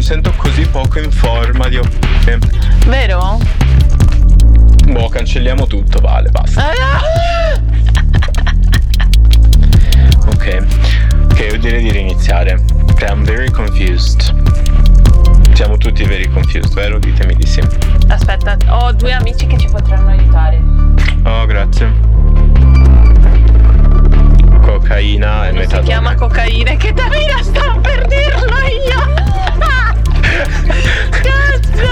sento così poco in forma di Vero? Boh, cancelliamo tutto, vale, basta. Ok, io direi di riniziare. I'm very confused. Siamo tutti very confused, vero? Ditemi di sì. Aspetta, ho 2 amici che ci potranno aiutare. Oh, grazie. Cocaina e non metadone. Si chiama cocaina e ketamina, stavo per dirlo io. Cazzo.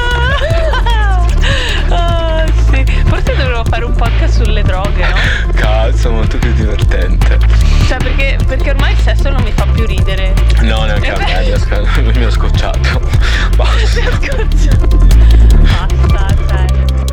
Oh, sì. Forse dovremmo fare un podcast sulle droghe, no? Cazzo, molto più divertente. Cioè perché ormai il sesso non mi fa più ridere. No, neanche a me, mi ho scocciato. Basta. Mi ho scocciato. Basta, cioè.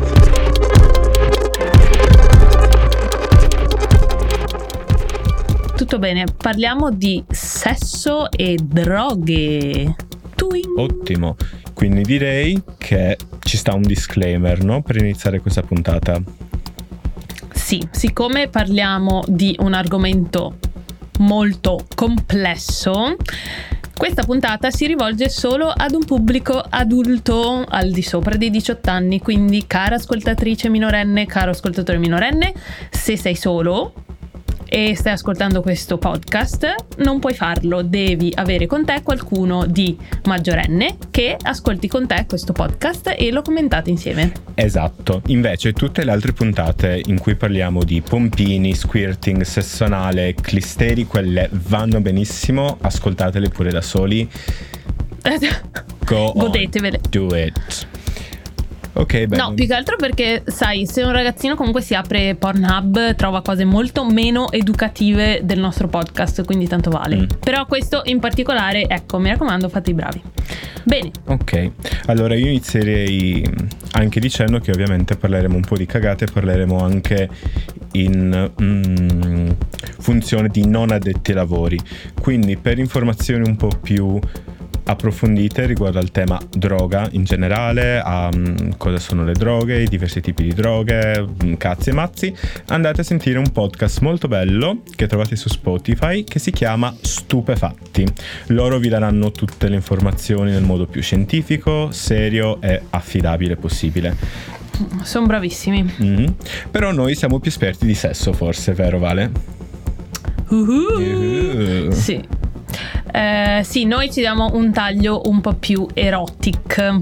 Tutto bene, parliamo di sesso e droghe. Ottimo, quindi direi che ci sta un disclaimer, no? Per iniziare questa puntata. Sì, siccome parliamo di un argomento molto complesso, questa puntata si rivolge solo ad un pubblico adulto al di sopra dei 18 anni, quindi cara ascoltatrice minorenne, caro ascoltatore minorenne, se sei solo e stai ascoltando questo podcast, non puoi farlo, devi avere con te qualcuno di maggiorenne che ascolti con te questo podcast e lo commentate insieme. Esatto, invece tutte le altre puntate in cui parliamo di pompini, squirting, sesso anale, clisteri, quelle vanno benissimo, ascoltatele pure da soli. Godetevele. Do it. Ok, bene. No, più che altro perché, sai, se un ragazzino comunque si apre Pornhub trova cose molto meno educative del nostro podcast, quindi tanto vale. Però questo in particolare, ecco, mi raccomando, fate i bravi. Bene. Ok, allora io inizierei anche dicendo che ovviamente parleremo un po' di cagate, parleremo anche in funzione di non addetti ai lavori, quindi per informazioni un po' più approfondite riguardo al tema droga in generale, a cosa sono le droghe, i diversi tipi di droghe, cazzi e mazzi, andate a sentire un podcast molto bello che trovate su Spotify che si chiama Stupefatti. Loro vi daranno tutte le informazioni nel modo più scientifico, serio e affidabile possibile. Sono bravissimi. Però noi siamo più esperti di sesso, forse, vero Vale? Sì. Sì, noi ci diamo un taglio un po' più erotic.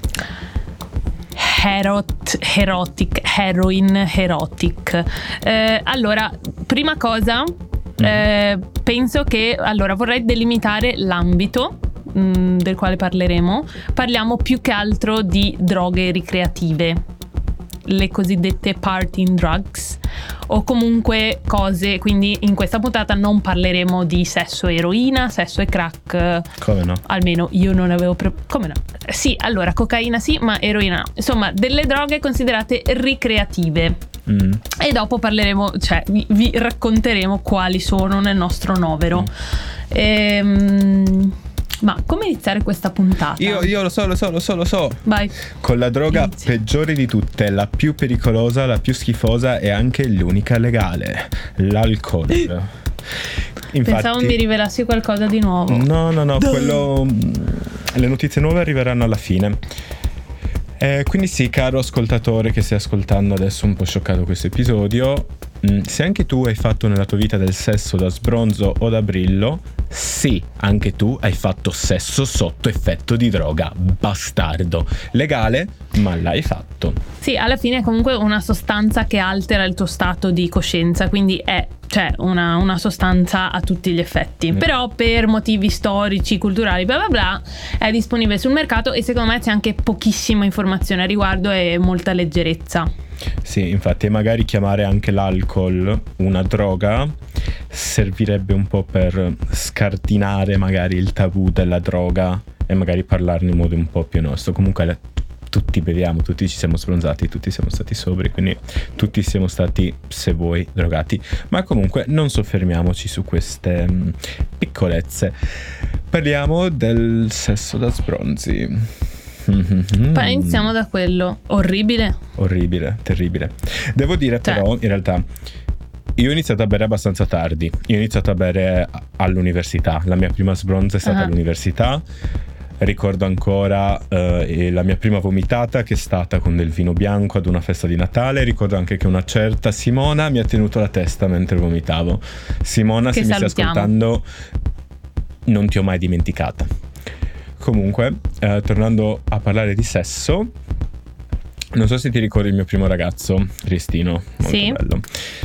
Heroin erotic. Allora, prima cosa, penso che vorrei delimitare l'ambito del quale parleremo. Parliamo più che altro di droghe ricreative, le cosiddette partying drugs, o comunque cose, quindi in questa puntata non parleremo di sesso e eroina, sesso e crack. Come no? Almeno io non avevo come no? Sì, allora cocaina sì, ma eroina no. Insomma, delle droghe considerate ricreative. E dopo parleremo, cioè vi racconteremo quali sono nel nostro novero. Ma come iniziare questa puntata? Io lo so. Vai. Con la droga peggiore di tutte, la più pericolosa, la più schifosa e anche l'unica legale, l'alcol. Infatti, pensavo mi rivelassi qualcosa di nuovo. No, quello, le notizie nuove arriveranno alla fine. Quindi sì, caro ascoltatore che stai ascoltando adesso un po' scioccato questo episodio, se anche tu hai fatto nella tua vita del sesso da sbronzo o da brillo, sì, anche tu hai fatto sesso sotto effetto di droga, bastardo. Legale, ma l'hai fatto. Sì, alla fine è comunque una sostanza che altera il tuo stato di coscienza, quindi è una sostanza a tutti gli effetti. Però per motivi storici, culturali, bla bla bla, è disponibile sul mercato e secondo me c'è anche pochissima informazione a riguardo e molta leggerezza. Sì, infatti magari chiamare anche l'alcol una droga servirebbe un po' per scardinare magari il tabù della droga e magari parlarne in modo un po' più nostro. Comunque tutti beviamo, tutti ci siamo sbronzati, tutti siamo stati sobri, quindi tutti siamo stati, se vuoi, drogati. Ma comunque non soffermiamoci su queste piccolezze. Parliamo del sesso da sbronzi. Iniziamo da quello. Orribile, terribile. Devo dire però, in realtà, io ho iniziato a bere abbastanza tardi. Io ho iniziato a bere all'università. La mia prima sbronza è stata all'università. Ricordo ancora la mia prima vomitata, che è stata con del vino bianco ad una festa di Natale. Ricordo anche che una certa Simona mi ha tenuto la testa mentre vomitavo. Simona, che se salutiamo. mi stai ascoltando, non ti ho mai dimenticata. Comunque, tornando a parlare di sesso, non so se ti ricordi il mio primo ragazzo, Cristino, molto Sì. bello.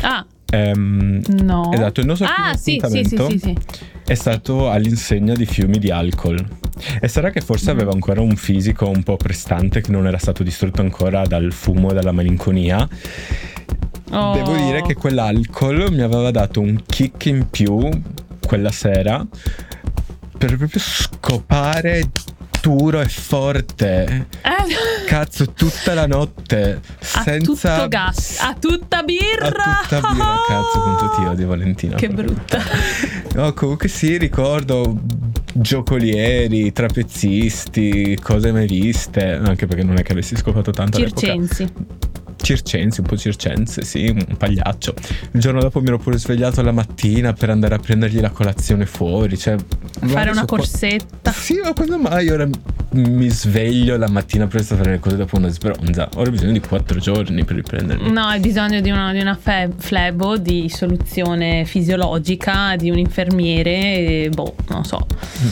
No. Esatto, il nostro primo appuntamento sì. è stato all'insegna di fiumi di alcol. E sarà che forse aveva ancora un fisico un po' prestante, che non era stato distrutto ancora dal fumo e dalla malinconia. Oh. Devo dire che quell'alcol mi aveva dato un kick in più quella sera, per proprio scopare duro e forte. Cazzo, tutta la notte, senza... A tutto gas, a tutta birra. A tutta birra, cazzo, quanto ti odio, Valentina. Che brutta. No, comunque sì, ricordo giocolieri, trapezzisti, cose mai viste, anche perché non è che avessi scopato tanto Circensi. all'epoca. Un po' circense, sì, un pagliaccio. Il giorno dopo mi ero pure svegliato alla mattina per andare a prendergli la colazione fuori, cioè fare una corsetta. Sì, ma quando mai ora mi sveglio la mattina presto a fare le cose dopo una sbronza? Ora ho bisogno di 4 giorni per riprendermi. No, hai bisogno di una flebo, di soluzione fisiologica, di un infermiere, non so.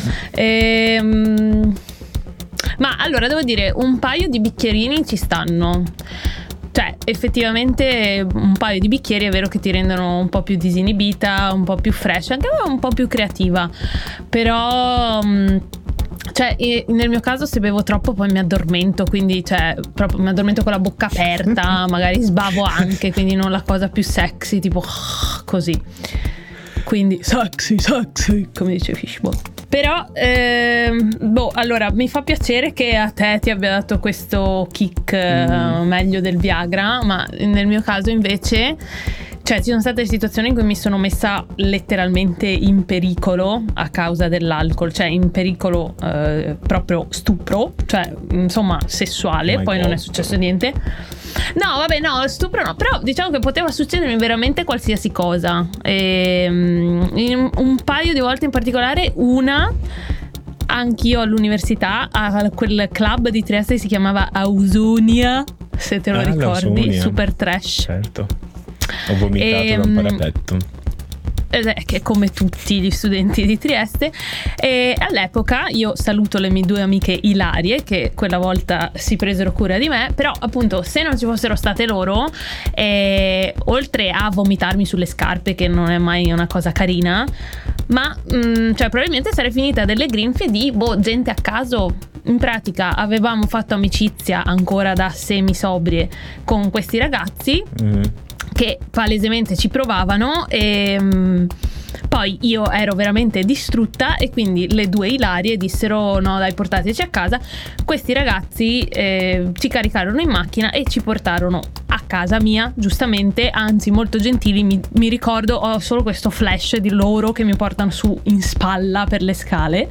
Ma allora devo dire, un paio di bicchierini ci stanno. Cioè, effettivamente un paio di bicchieri è vero che ti rendono un po' più disinibita, un po' più fresh, anche un po' più creativa. Però cioè, nel mio caso, se bevo troppo poi mi addormento, quindi cioè proprio mi addormento con la bocca aperta, magari sbavo anche, quindi non la cosa più sexy, tipo così. Quindi sexy, come dice Fishball. Però allora mi fa piacere che a te ti abbia dato questo kick meglio del Viagra, ma nel mio caso invece, cioè, ci sono state situazioni in cui mi sono messa letteralmente in pericolo a causa dell'alcol, cioè in pericolo proprio stupro, cioè insomma sessuale. Oh, poi God. Non è successo niente. No, vabbè, no, stupro no, però diciamo che poteva succedermi veramente qualsiasi cosa. Un paio di volte in particolare, una anch'io all'università, a quel club di Trieste che si chiamava Ausonia, se te lo ricordi, l'Ausonia. super trash. Certo. Ho vomitato da un parapetto. Che è come tutti gli studenti di Trieste. E all'epoca io saluto le mie 2 amiche Ilarie, che quella volta si presero cura di me. Però appunto, se non ci fossero state loro, oltre a vomitarmi sulle scarpe, che non è mai una cosa carina, ma cioè probabilmente sarei finita delle grinfie di gente a caso. In pratica avevamo fatto amicizia ancora da semisobrie con questi ragazzi che palesemente ci provavano, e poi io ero veramente distrutta, e quindi le 2 Ilarie dissero: no dai, portateci a casa. Questi ragazzi ci caricarono in macchina e ci portarono a casa mia, giustamente, anzi molto gentili. Mi ricordo, ho solo questo flash di loro che mi portano su in spalla per le scale.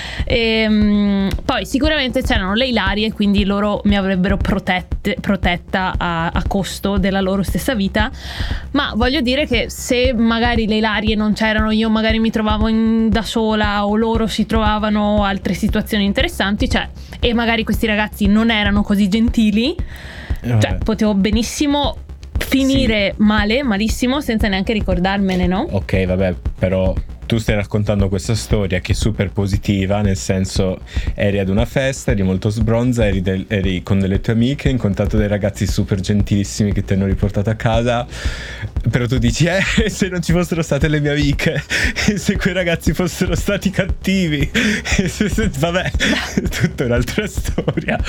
Poi sicuramente c'erano le Ilarie, quindi loro mi avrebbero protetta a costo della loro stessa vita. Ma voglio dire che se magari le Ilarie non c'erano, io magari mi trovavo da sola, o loro si trovavano altre situazioni interessanti, cioè, e magari questi ragazzi non erano così gentili, cioè potevo benissimo finire malissimo senza neanche ricordarmene, no? Ok, vabbè, però tu stai raccontando questa storia che è super positiva, nel senso, eri ad una festa, eri molto sbronza, eri con delle tue amiche, hai incontrato dei ragazzi super gentilissimi che ti hanno riportato a casa, però tu dici se non ci fossero state le mie amiche, se quei ragazzi fossero stati cattivi, vabbè, tutta un'altra storia.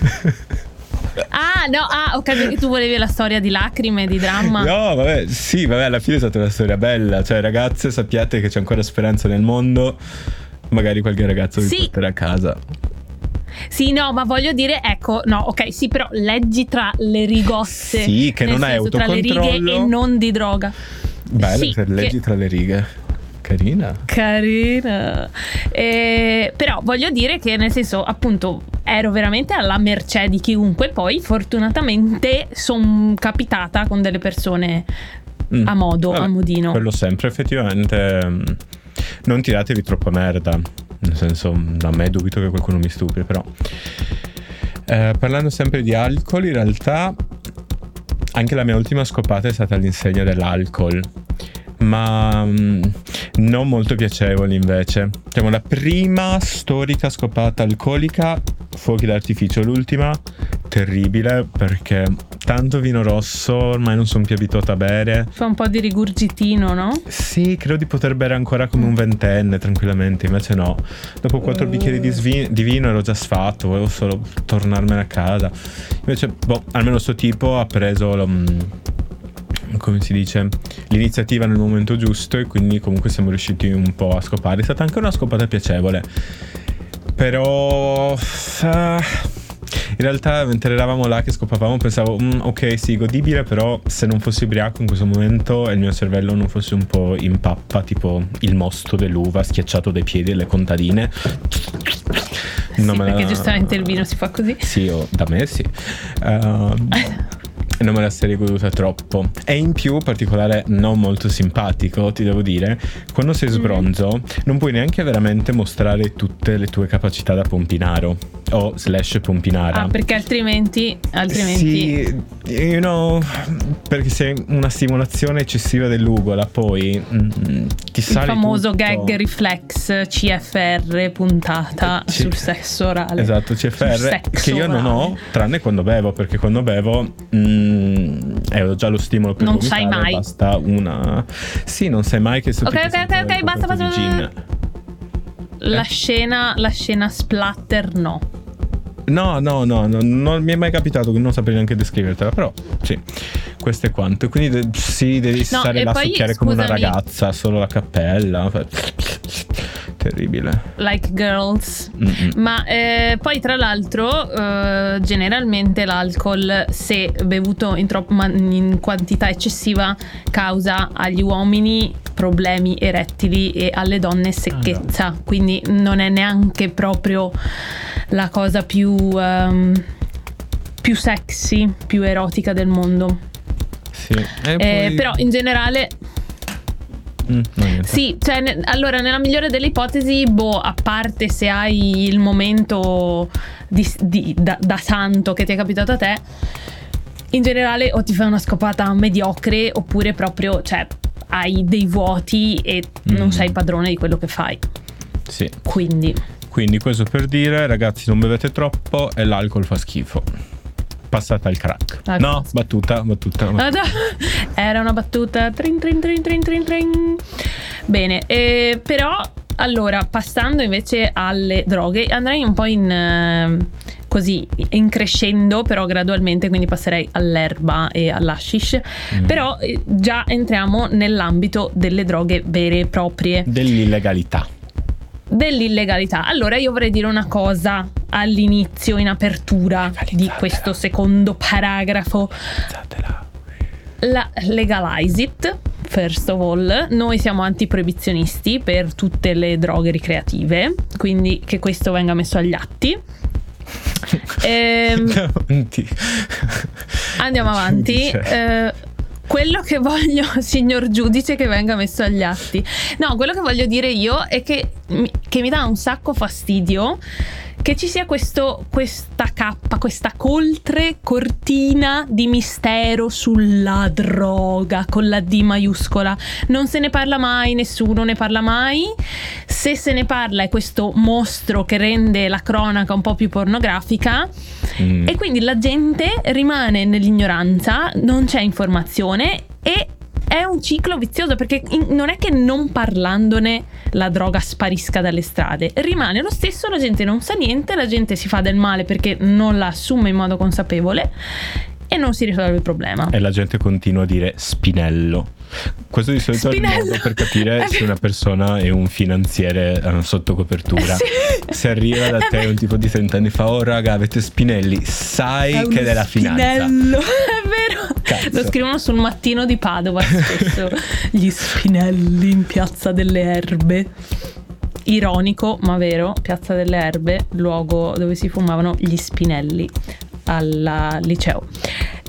Ho capito che tu volevi la storia di lacrime, di dramma. No, vabbè, sì, vabbè, alla fine è stata una storia bella. Cioè, ragazze, sappiate che c'è ancora speranza nel mondo. Magari qualche ragazzo vi porterà a casa. Sì, no, ma voglio dire, ecco, no, ok, sì, però leggi tra le rigozze. Sì, che non hai autocontrollo. Tra le righe e non di droga. Bella, sì, leggi tra le righe. Carina. Però voglio dire che, nel senso, appunto, ero veramente alla mercé di chiunque. Poi fortunatamente sono capitata con delle persone a modo, a modino. Quello sempre, effettivamente. Non tiratevi troppa merda. nel senso, da me dubito che qualcuno mi stupi, però parlando sempre di alcol, in realtà anche la mia ultima scopata è stata all'insegna dell'alcol, ma non molto piacevoli invece. Diciamo, la prima storica scopata alcolica, fuochi d'artificio, l'ultima terribile, perché tanto vino rosso ormai non sono più abituato a bere. Fa un po' di rigurgitino, no? Sì, credo di poter bere ancora come un ventenne tranquillamente, invece no. Dopo 4 bicchieri di vino ero già sfatto, volevo solo tornarmene a casa. Invece, almeno sto tipo ha preso come si dice, l'iniziativa nel momento giusto, e quindi comunque siamo riusciti un po' a scopare. È stata anche una scopata piacevole, però in realtà mentre eravamo là che scopavamo pensavo ok, sì, godibile, però se non fossi ubriaco in questo momento e il mio cervello non fosse un po' in pappa, tipo il mosto dell'uva schiacciato dai piedi alle contadine. Sì, perché giustamente il vino si fa così. Sì, da me sì. Non me la sarei goduta troppo. E in più, particolare non molto simpatico, ti devo dire, quando sei sbronzo non puoi neanche veramente mostrare tutte le tue capacità da pompinaro o / pompinara. Perché altrimenti sì, perché se una stimolazione eccessiva dell'ugola poi ti sale il famoso tutto. gag reflex CFR puntata sul sesso orale. Esatto, CFR, che io non ho, tranne quando bevo, perché quando bevo ho già lo stimolo per non vomitare, sai mai, basta una. Sì, non sai mai che ok, basta. La scena splatter no, non mi è mai capitato, non saprei neanche descrivertela, però sì, questo è quanto. Quindi devi stare là a succhiare come una ragazza, solo la cappella, terribile, like girls. Ma poi tra l'altro generalmente l'alcol, se bevuto in quantità eccessiva, causa agli uomini problemi erettili e alle donne secchezza, quindi non è neanche proprio la cosa più sexy, più erotica del mondo. Sì. Poi... però in generale sì, cioè allora nella migliore delle ipotesi, a parte se hai il momento da santo che ti è capitato a te, in generale o ti fai una scopata mediocre oppure proprio, cioè, hai dei vuoti e non sei padrone di quello che fai. Sì. Quindi questo per dire, ragazzi, non bevete troppo e l'alcol fa schifo. Passata al crack. No, battuta. Era una battuta. Trin. Bene, però allora, passando invece alle droghe, andrei un po' in crescendo, però gradualmente, quindi passerei all'erba e all'hashish. Però già entriamo nell'ambito delle droghe vere e proprie. Dell'illegalità. Allora io vorrei dire una cosa all'inizio, in apertura di questo secondo paragrafo. Legalize it, first of all. Noi siamo antiproibizionisti per tutte le droghe ricreative, quindi che questo venga messo agli atti. Andiamo avanti. Quello che voglio, signor giudice, che venga messo agli atti. No, quello che voglio dire io è che mi dà un sacco fastidio che ci sia questa cappa, questa coltre cortina di mistero sulla droga con la D maiuscola. Non se ne parla mai, nessuno ne parla mai. Se se ne parla è questo mostro che rende la cronaca un po' più pornografica, e quindi la gente rimane nell'ignoranza, non c'è informazione e è un ciclo vizioso, perché non è che non parlandone la droga sparisca dalle strade, rimane lo stesso, la gente non sa niente, la gente si fa del male perché non la assume in modo consapevole e non si risolve il problema. E la gente continua a dire spinello. Questo di solito è il modo per capire se una persona è un finanziere sotto copertura. Sì. Se arriva da te un tipo di 30 anni fa: oh raga, avete Spinelli, sai che è della finanza. Spinello, è vero. Cazzo. Lo scrivono sul Mattino di Padova spesso. Gli Spinelli in Piazza delle Erbe. Ironico ma vero, Piazza delle Erbe, luogo dove si fumavano gli Spinelli al liceo.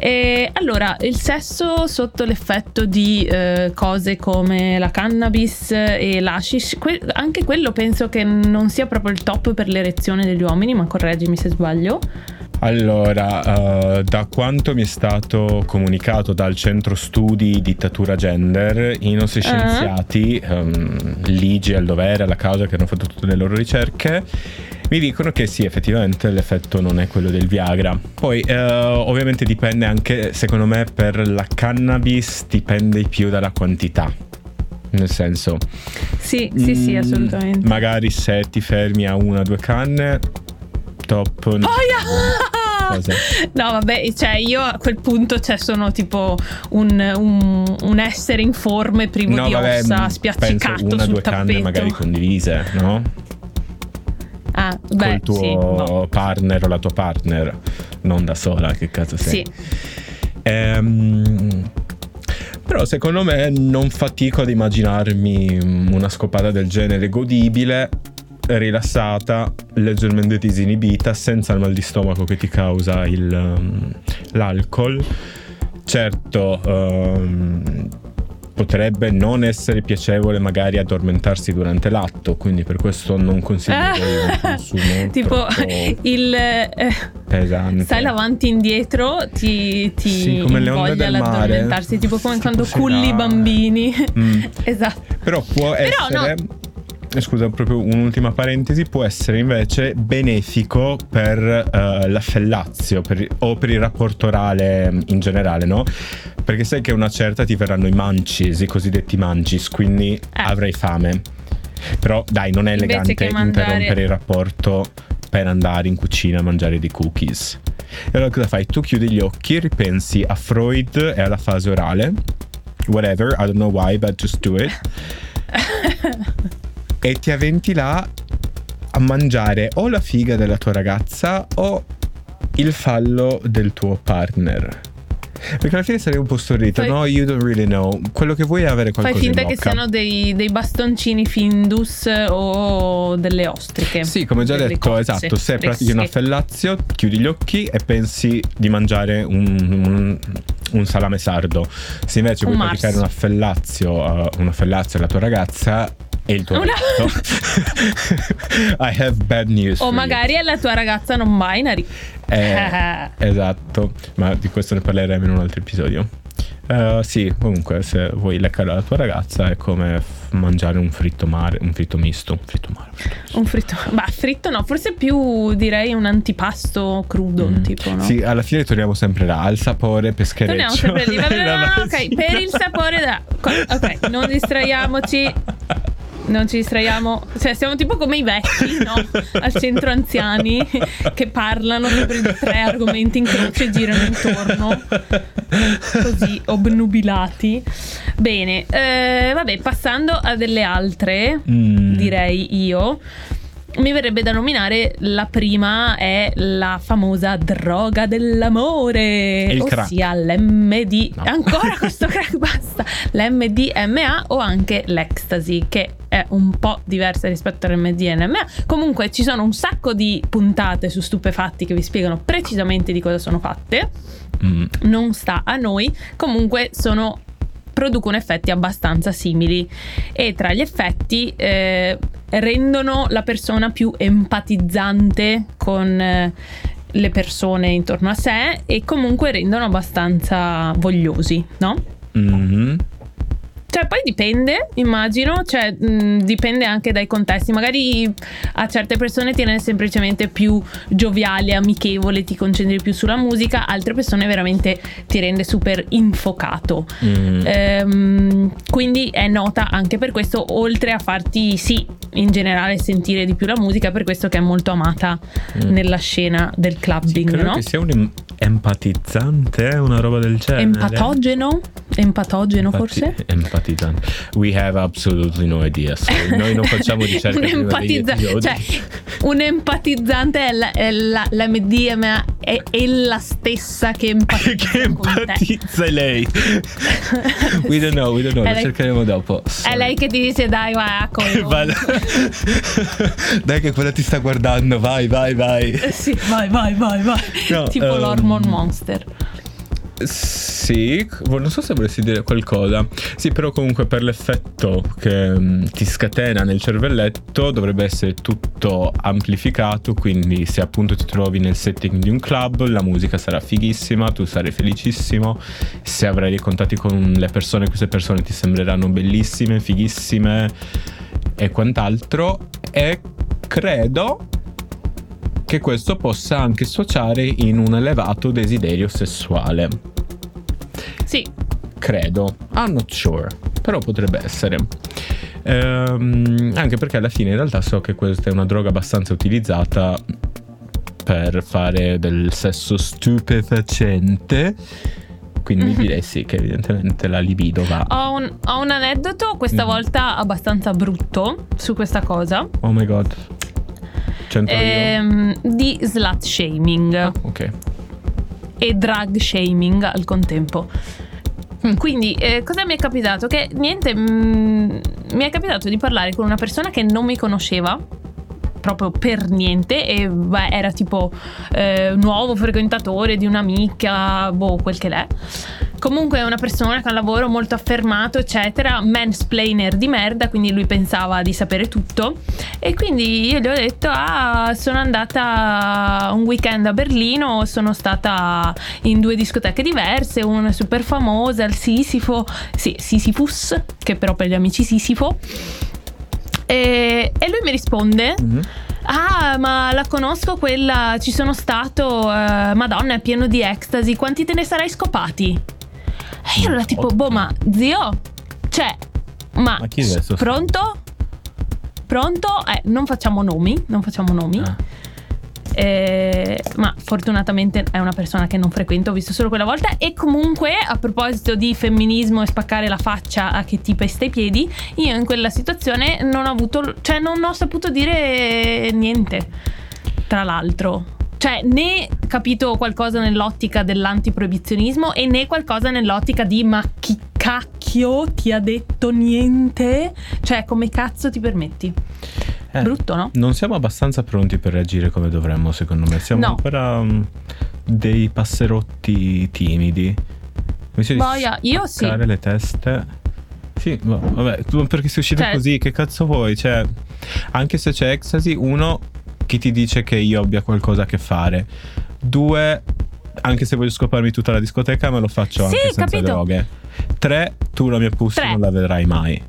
E allora, il sesso sotto l'effetto di cose come la cannabis e l'hashish, anche quello penso che non sia proprio il top per l'erezione degli uomini, ma correggimi se sbaglio. Allora, da quanto mi è stato comunicato dal centro studi dittatura gender, i nostri scienziati, Ligi al dovere, alla causa, che hanno fatto tutte le loro ricerche, mi dicono che sì, effettivamente l'effetto non è quello del Viagra. Poi ovviamente dipende anche, secondo me, per la cannabis dipende più dalla quantità. Nel senso, sì, assolutamente. Magari se ti fermi a 1 o 2 canne, top. Cosa? No, vabbè, cioè io a quel punto sono tipo un essere informe privo di ossa, spiaccicato sul 1 o 2 tappeto. canne magari condivise, no? Ah, beh, col tuo partner o la tua partner, non da sola, che cazzo sei? Sì. Però secondo me non fatico ad immaginarmi una scopata del genere godibile, rilassata, leggermente disinibita, senza il mal di stomaco che ti causa l'alcol. Certo, potrebbe non essere piacevole magari addormentarsi durante l'atto, quindi per questo non consiglierei un consumo tipo il pesante. stai avanti e indietro, ti sì, come le onde voglia del mare, l'addormentarsi, tipo come quando tipo culli i bambini. Esatto. Però può essere, scusa, proprio un'ultima parentesi, può essere invece benefico per la fellazio o per il rapporto orale in generale, no? Perché sai che a una certa ti verranno i mancis, i cosiddetti mancis, quindi avrai fame. Però dai, non è elegante interrompere il rapporto per andare in cucina a mangiare dei cookies. E allora cosa fai? Tu chiudi gli occhi, ripensi a Freud e alla fase orale, whatever, I don't know why, but just do it. E ti avventi là a mangiare o la figa della tua ragazza o il fallo del tuo partner. Perché alla fine sarei un po' stordito, no? You don't really know. Quello che vuoi è avere qualcosa in bocca. Fai finta che siano dei bastoncini Findus o delle ostriche. Sì, come già detto, cozze, esatto. Se pratichi una fellazio, chiudi gli occhi e pensi di mangiare un salame sardo. Se invece vuoi praticare una fellazio alla tua ragazza e il tuo ragazzo, I have bad news. O magari alla tua ragazza non binary. Esatto, ma di questo ne parleremo in un altro episodio. Sì, comunque se vuoi leccare la tua ragazza è come mangiare un fritto misto. Fritto no, forse più direi un antipasto crudo, tipo, no? Sì, alla fine torniamo sempre là, al sapore peschereccio. Torniamo sempre lì, ok, per il sapore ok, non distraiamoci. Non ci distraiamo, cioè siamo tipo come i vecchi, no? Al centro anziani che parlano sempre di 3 argomenti in croce e girano intorno così obnubilati. Bene, vabbè, passando a delle altre, direi io, mi verrebbe da nominare la prima, è la famosa droga dell'amore, ossia l'MD. No. Ancora questo crack, basta. L'MDMA o anche l'ecstasy, che è un po' diversa rispetto all'MDMA. Comunque ci sono un sacco di puntate su stupefatti che vi spiegano precisamente di cosa sono fatte. Non sta a noi. Comunque producono effetti abbastanza simili e tra gli effetti rendono la persona più empatizzante con le persone intorno a sé e comunque rendono abbastanza vogliosi, no? Mm-hmm. Cioè poi dipende, immagino, cioè dipende anche dai contesti. Magari a certe persone ti rende semplicemente più gioviale, amichevole, ti concentri più sulla musica, altre persone veramente ti rende super infocato. Quindi è nota anche per questo, oltre a farti in generale sentire di più la musica, per questo che è molto amata nella scena del clubbing, credo no? Che sia un empatizzante, una roba del genere. Empatogeno forse? Empatizzante. We have absolutely no idea. So noi non facciamo ricerca prima degli episodi. Cioè, un empatizzante è l'MDMA è la stessa che empatizza lei. We don't know, lo cercheremo dopo. È lei che ti dice dai vai a dai che quella ti sta guardando, vai. Sì, vai. No, tipo l'hormone monster. Sì, non so se volessi dire qualcosa. Sì, però comunque per l'effetto che ti scatena nel cervelletto dovrebbe essere tutto amplificato, quindi se appunto ti trovi nel setting di un club, la musica sarà fighissima, tu sarai felicissimo, se avrai dei contatti con le persone, queste persone ti sembreranno bellissime, fighissime e quant'altro, e credo che questo possa anche sfociare in un elevato desiderio sessuale. Sì. Credo. I'm not sure. Però potrebbe essere. Anche perché alla fine in realtà so che questa è una droga abbastanza utilizzata per fare del sesso stupefacente. Quindi direi sì, che evidentemente la libido va. Ho un aneddoto, questa volta abbastanza brutto, su questa cosa. Oh my god. C'entro io? Di slut shaming. Ok. E drug shaming al contempo. Quindi cosa mi è capitato? Che niente, mi è capitato di parlare con una persona che non mi conosceva proprio per niente, e era tipo nuovo frequentatore di un'amica, quel che l'è. Comunque è una persona che ha un lavoro molto affermato, eccetera, mansplainer di merda, quindi lui pensava di sapere tutto. E quindi io gli ho detto: sono andata un weekend a Berlino, sono stata in 2 discoteche diverse, una super famosa, il Sisyphus, che però per gli amici Sisifo. E lui mi risponde: ma la conosco quella, ci sono stato, Madonna, è pieno di ecstasy, quanti te ne sarai scopati? E io ero tipo, ma zio, cioè, ma chi è questo? Pronto? Non facciamo nomi. Ma fortunatamente è una persona che non frequento, ho visto solo quella volta. E comunque, a proposito di femminismo e spaccare la faccia a chi ti pesta i piedi, io in quella situazione non ho saputo dire niente, tra l'altro. Cioè, né capito qualcosa nell'ottica dell'antiproibizionismo e né qualcosa nell'ottica di ma chi cacchio ti ha detto niente? Cioè, come cazzo ti permetti? Brutto, no? Non siamo abbastanza pronti per reagire come dovremmo, secondo me. Siamo ancora dei passerotti timidi. Io sì. Le teste. Sì, vabbè, perché sei uscito così, che cazzo vuoi? Cioè, anche se c'è ecstasy, uno, chi ti dice che io abbia qualcosa a che fare? 2, anche se voglio scoparmi tutta la discoteca, me lo faccio anche senza droghe. 3, tu la mia pussy non la vedrai mai.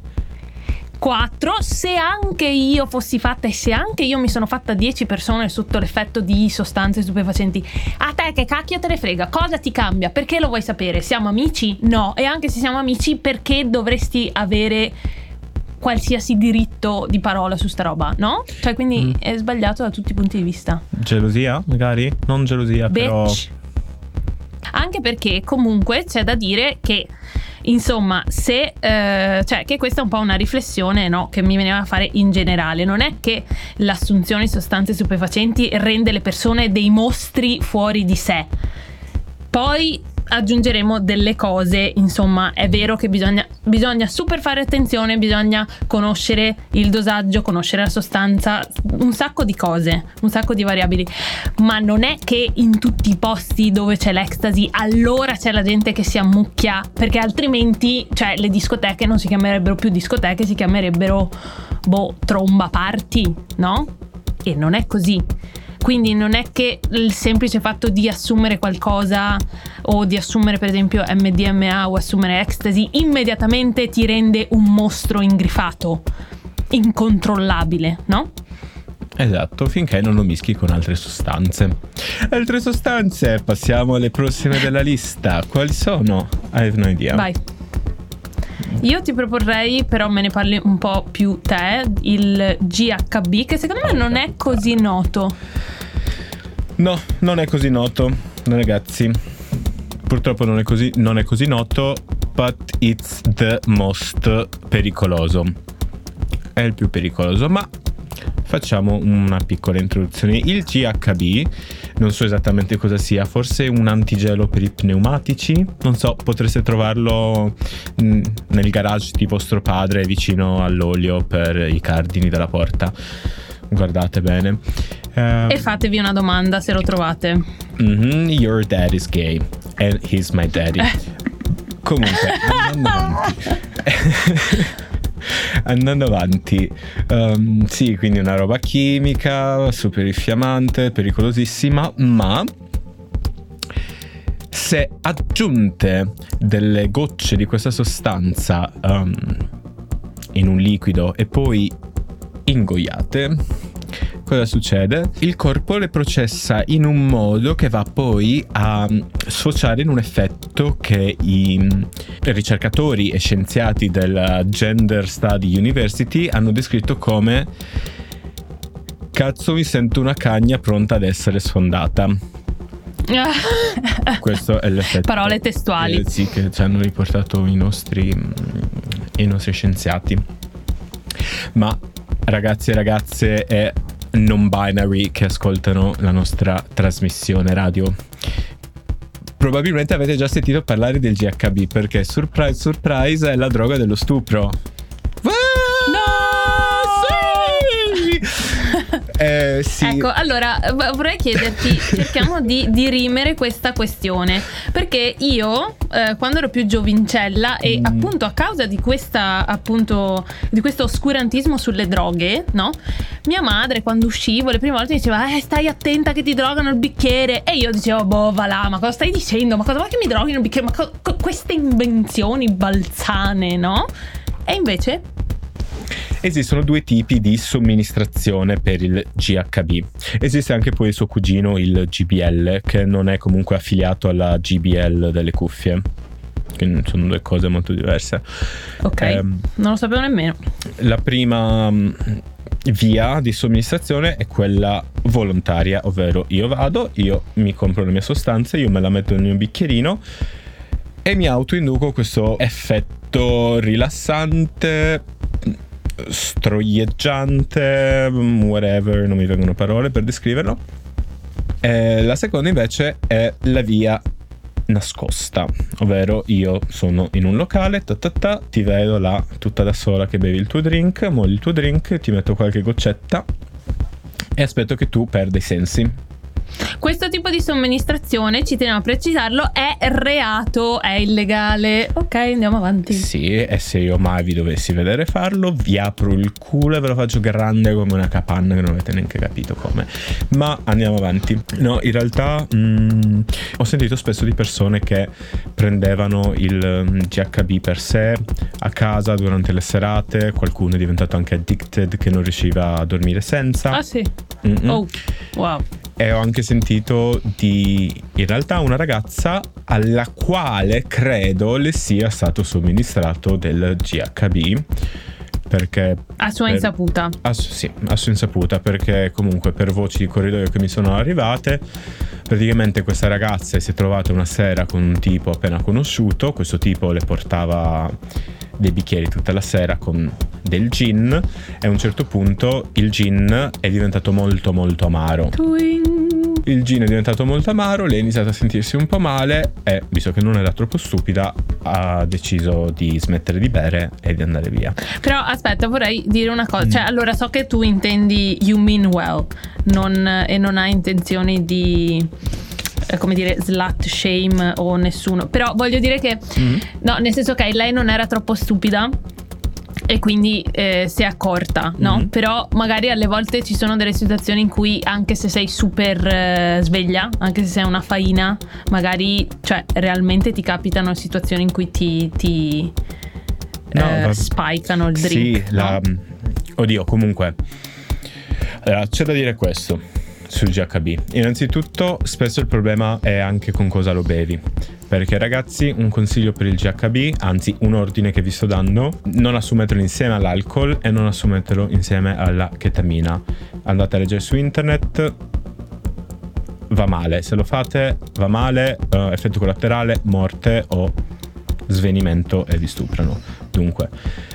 4, se anche io fossi fatta e se anche io mi sono fatta 10 persone sotto l'effetto di sostanze stupefacenti, a te che cacchio te ne frega? Cosa ti cambia? Perché lo vuoi sapere? Siamo amici? No. E anche se siamo amici, perché dovresti avere qualsiasi diritto di parola su sta roba, no? Cioè, quindi è sbagliato da tutti i punti di vista. Gelosia, magari? Non gelosia, però. Anche perché comunque c'è da dire che, insomma, se cioè, che questa è un po' una riflessione, no, che mi veniva a fare in generale. Non è che l'assunzione di sostanze stupefacenti rende le persone dei mostri fuori di sé. Poi aggiungeremo delle cose, insomma, è vero che bisogna super fare attenzione, bisogna conoscere il dosaggio, conoscere la sostanza, un sacco di cose, un sacco di variabili, ma non è che in tutti i posti dove c'è l'ecstasy allora c'è la gente che si ammucchia, perché altrimenti, cioè, le discoteche non si chiamerebbero più discoteche, si chiamerebbero tromba party, no? E non è così. Quindi non è che il semplice fatto di assumere qualcosa o di assumere per esempio MDMA o assumere ecstasy immediatamente ti rende un mostro ingrifato, incontrollabile, no? Esatto, finché non lo mischi con altre sostanze. Altre sostanze, passiamo alle prossime della lista. Quali sono? I have no idea. Vai. Io ti proporrei, però me ne parli un po' più te, il GHB, che secondo me non è così noto. No, non è così noto, ragazzi. Purtroppo non è così noto, but it's the most pericoloso. È il più pericoloso, ma facciamo una piccola introduzione. Il GHB, non so esattamente cosa sia, forse un antigelo per i pneumatici, non so, potreste trovarlo nel garage di vostro padre vicino all'olio per i cardini della porta. Guardate bene. E fatevi una domanda se lo trovate. Your dad is gay. And he's my daddy. Comunque, andando avanti, sì, quindi una roba chimica super infiammante, pericolosissima, ma se aggiunte delle gocce di questa sostanza in un liquido e poi ingoiate, cosa succede? Il corpo le processa in un modo che va poi a sfociare in un effetto che i ricercatori e scienziati del Gender Study University hanno descritto come: cazzo, mi sento una cagna pronta ad essere sfondata. Questo è l'effetto. Parole testuali. Sì, che ci hanno riportato i nostri scienziati. Ma ragazzi e ragazze e non binary che ascoltano la nostra trasmissione radio, probabilmente avete già sentito parlare del GHB, perché surprise surprise è la droga dello stupro. Sì. Ecco, allora vorrei chiederti, cerchiamo di dirimere questa questione, perché io quando ero più giovincella e appunto a causa di questa, appunto, di questo oscurantismo sulle droghe, no? Mia madre quando uscivo le prime volte diceva stai attenta che ti drogano il bicchiere, e io dicevo boh, va là, ma cosa stai dicendo, ma cosa vuoi che mi droghino il bicchiere, ma queste invenzioni balzane, no? E invece esistono due tipi di somministrazione per il GHB. Esiste anche poi il suo cugino, il GBL, che non è comunque affiliato alla GBL delle cuffie, che sono due cose molto diverse. Ok, non lo sapevo nemmeno. La prima via di somministrazione è quella volontaria, ovvero io vado, io mi compro la mia sostanza, io me la metto nel mio bicchierino e mi autoinduco questo effetto rilassante, stroieggiante, whatever, non mi vengono parole per descriverlo. La seconda invece è la via nascosta, ovvero io sono in un locale, ti vedo là tutta da sola che bevi il tuo drink, molli il tuo drink, ti metto qualche goccetta e aspetto che tu perda i sensi. Questo tipo di somministrazione, ci teniamo a precisarlo, è reato, è illegale. Ok, andiamo avanti. Sì, e se io mai vi dovessi vedere farlo, vi apro il culo e ve lo faccio grande come una capanna che non avete neanche capito come. Ma andiamo avanti. No, in realtà ho sentito spesso di persone che prendevano il GHB per sé a casa durante le serate. Qualcuno è diventato anche addicted, che non riusciva a dormire senza. Ah sì? Oh, wow. E ho anche sentito di, in realtà, una ragazza alla quale credo le sia stato somministrato del GHB, perché a sua insaputa. Sì, a sua insaputa, perché comunque per voci di corridoio che mi sono arrivate, praticamente questa ragazza si è trovata una sera con un tipo appena conosciuto. Questo tipo le portava dei bicchieri tutta la sera con del gin e a un certo punto il gin è diventato molto molto amaro. Il gin è diventato molto amaro, lei ha iniziato a sentirsi un po' male e, visto che non era troppo stupida, ha deciso di smettere di bere e di andare via. Però aspetta, vorrei dire una cosa, cioè allora so che tu intendi you mean well, non hai intenzioni di come dire slut shame o nessuno, però voglio dire che no, nel senso che lei non era troppo stupida e quindi si è accorta, no? Però magari alle volte ci sono delle situazioni in cui, anche se sei super sveglia, anche se sei una faina, magari, cioè realmente ti capitano situazioni in cui ti spikano il drink. Sì, no? Oddio, comunque c'è da dire questo sul GHB. Innanzitutto, spesso il problema è anche con cosa lo bevi, perché ragazzi, un consiglio per il GHB, anzi un ordine che vi sto dando: non assumetelo insieme all'alcol e non assumetelo insieme alla chetamina. Andate a leggere su internet, va male, se lo fate va male, effetto collaterale, morte o svenimento e vi stuprano. Dunque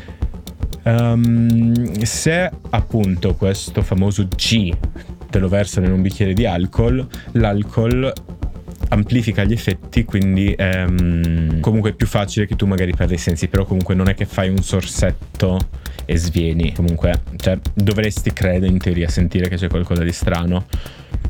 se appunto questo famoso G te lo versano in un bicchiere di alcol, l'alcol amplifica gli effetti, quindi comunque è più facile che tu magari perda i sensi, però comunque non è che fai un sorsetto e svieni, comunque, cioè, dovresti, credo, in teoria sentire che c'è qualcosa di strano.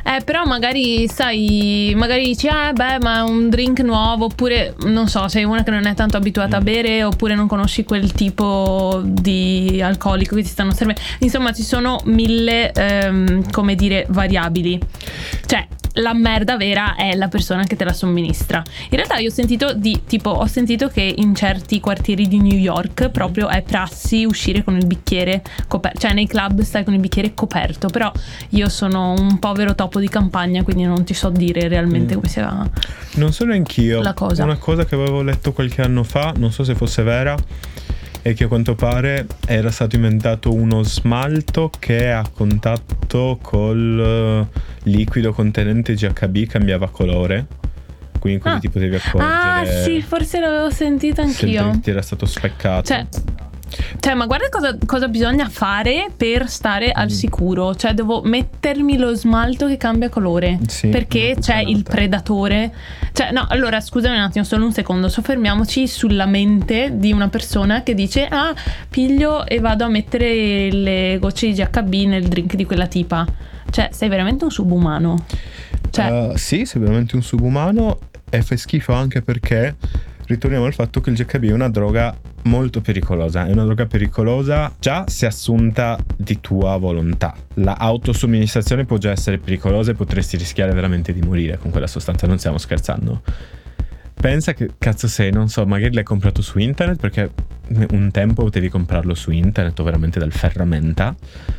Però magari sai, magari dici beh, ma è un drink nuovo, oppure non so, sei una che non è tanto abituata a bere, oppure non conosci quel tipo di alcolico che ti stanno servendo. Insomma, ci sono mille come dire variabili. Cioè, la merda vera è la persona che te la somministra. In realtà io ho sentito che in certi quartieri di New York proprio è prassi uscire con il bicchiere coperto, cioè nei club stai con il bicchiere coperto, però io sono un povero topo di campagna, quindi non ti so dire realmente come sia. Non so neanch'io. La cosa. Una cosa che avevo letto qualche anno fa, non so se fosse vera, è che a quanto pare era stato inventato uno smalto che a contatto col liquido contenente GHB cambiava colore, quindi così ti potevi accorgere. Sì, forse l'avevo sentita anch'io. Se ti era stato speccato. Cioè, ma guarda cosa bisogna fare per stare al sicuro. Cioè, devo mettermi lo smalto che cambia colore, perché c'è il predatore. Cioè, no, allora scusami un attimo, solo un secondo. Soffermiamoci sulla mente di una persona che dice: piglio e vado a mettere le gocce di GHB nel drink di quella tipa. Cioè, sei veramente un subumano. Cioè, sì, sei veramente un subumano, e fai schifo anche perché ritorniamo al fatto che il GHB è una droga molto pericolosa. È una droga pericolosa già se assunta di tua volontà. La autosomministrazione può già essere pericolosa e potresti rischiare veramente di morire con quella sostanza, non stiamo scherzando. Pensa che cazzo sei, non so, magari l'hai comprato su internet, perché un tempo potevi comprarlo su internet o veramente dal ferramenta,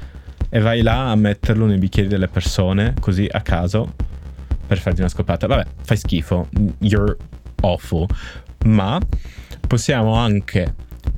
e vai là a metterlo nei bicchieri delle persone così a caso per farti una scopata. Vabbè, fai schifo, you're awful. Ma possiamo anche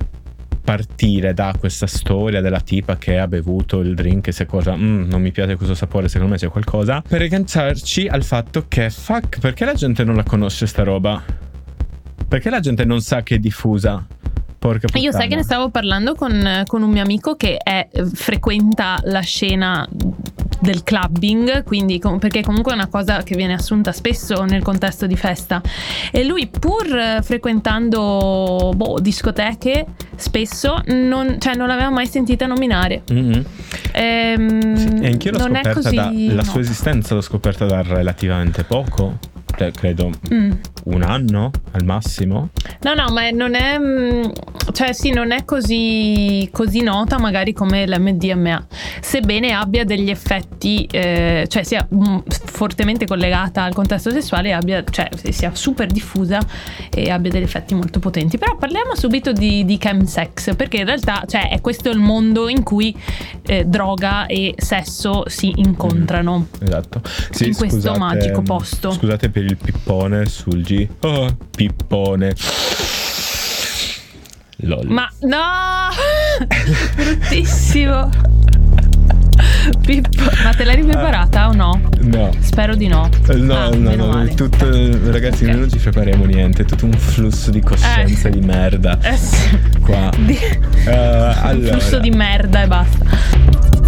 partire da questa storia della tipa che ha bevuto il drink e si accorge non mi piace questo sapore, secondo me c'è qualcosa, per agganciarci al fatto che perché la gente non la conosce sta roba? Perché la gente non sa che è diffusa? Porca puttana. Io sai che ne stavo parlando con un mio amico che frequenta la scena del clubbing, quindi perché comunque è una cosa che viene assunta spesso nel contesto di festa, e lui pur frequentando discoteche spesso non l'aveva mai sentita nominare. E anch'io l'ho scoperta la sua esistenza l'ho scoperta da relativamente poco, credo un anno al massimo. No, ma non è, cioè sì, non è così nota magari come l'MDMA, sebbene abbia degli effetti, cioè sia fortemente collegata al contesto sessuale, cioè sia super diffusa e abbia degli effetti molto potenti. Però parliamo subito di chemsex, perché in realtà, cioè, è questo il mondo in cui droga e sesso si incontrano. Esatto. Sì, in questo magico posto. Scusate per il pippone sul G. Oh, pippone. Lol. Ma no! Bruttissimo. Ma te l'hai preparata o no? No. Spero di no. No. Tutto, ragazzi, noi non ci prepariamo niente. È tutto un flusso di coscienza di merda. Sì. Qua. Un flusso di merda e basta.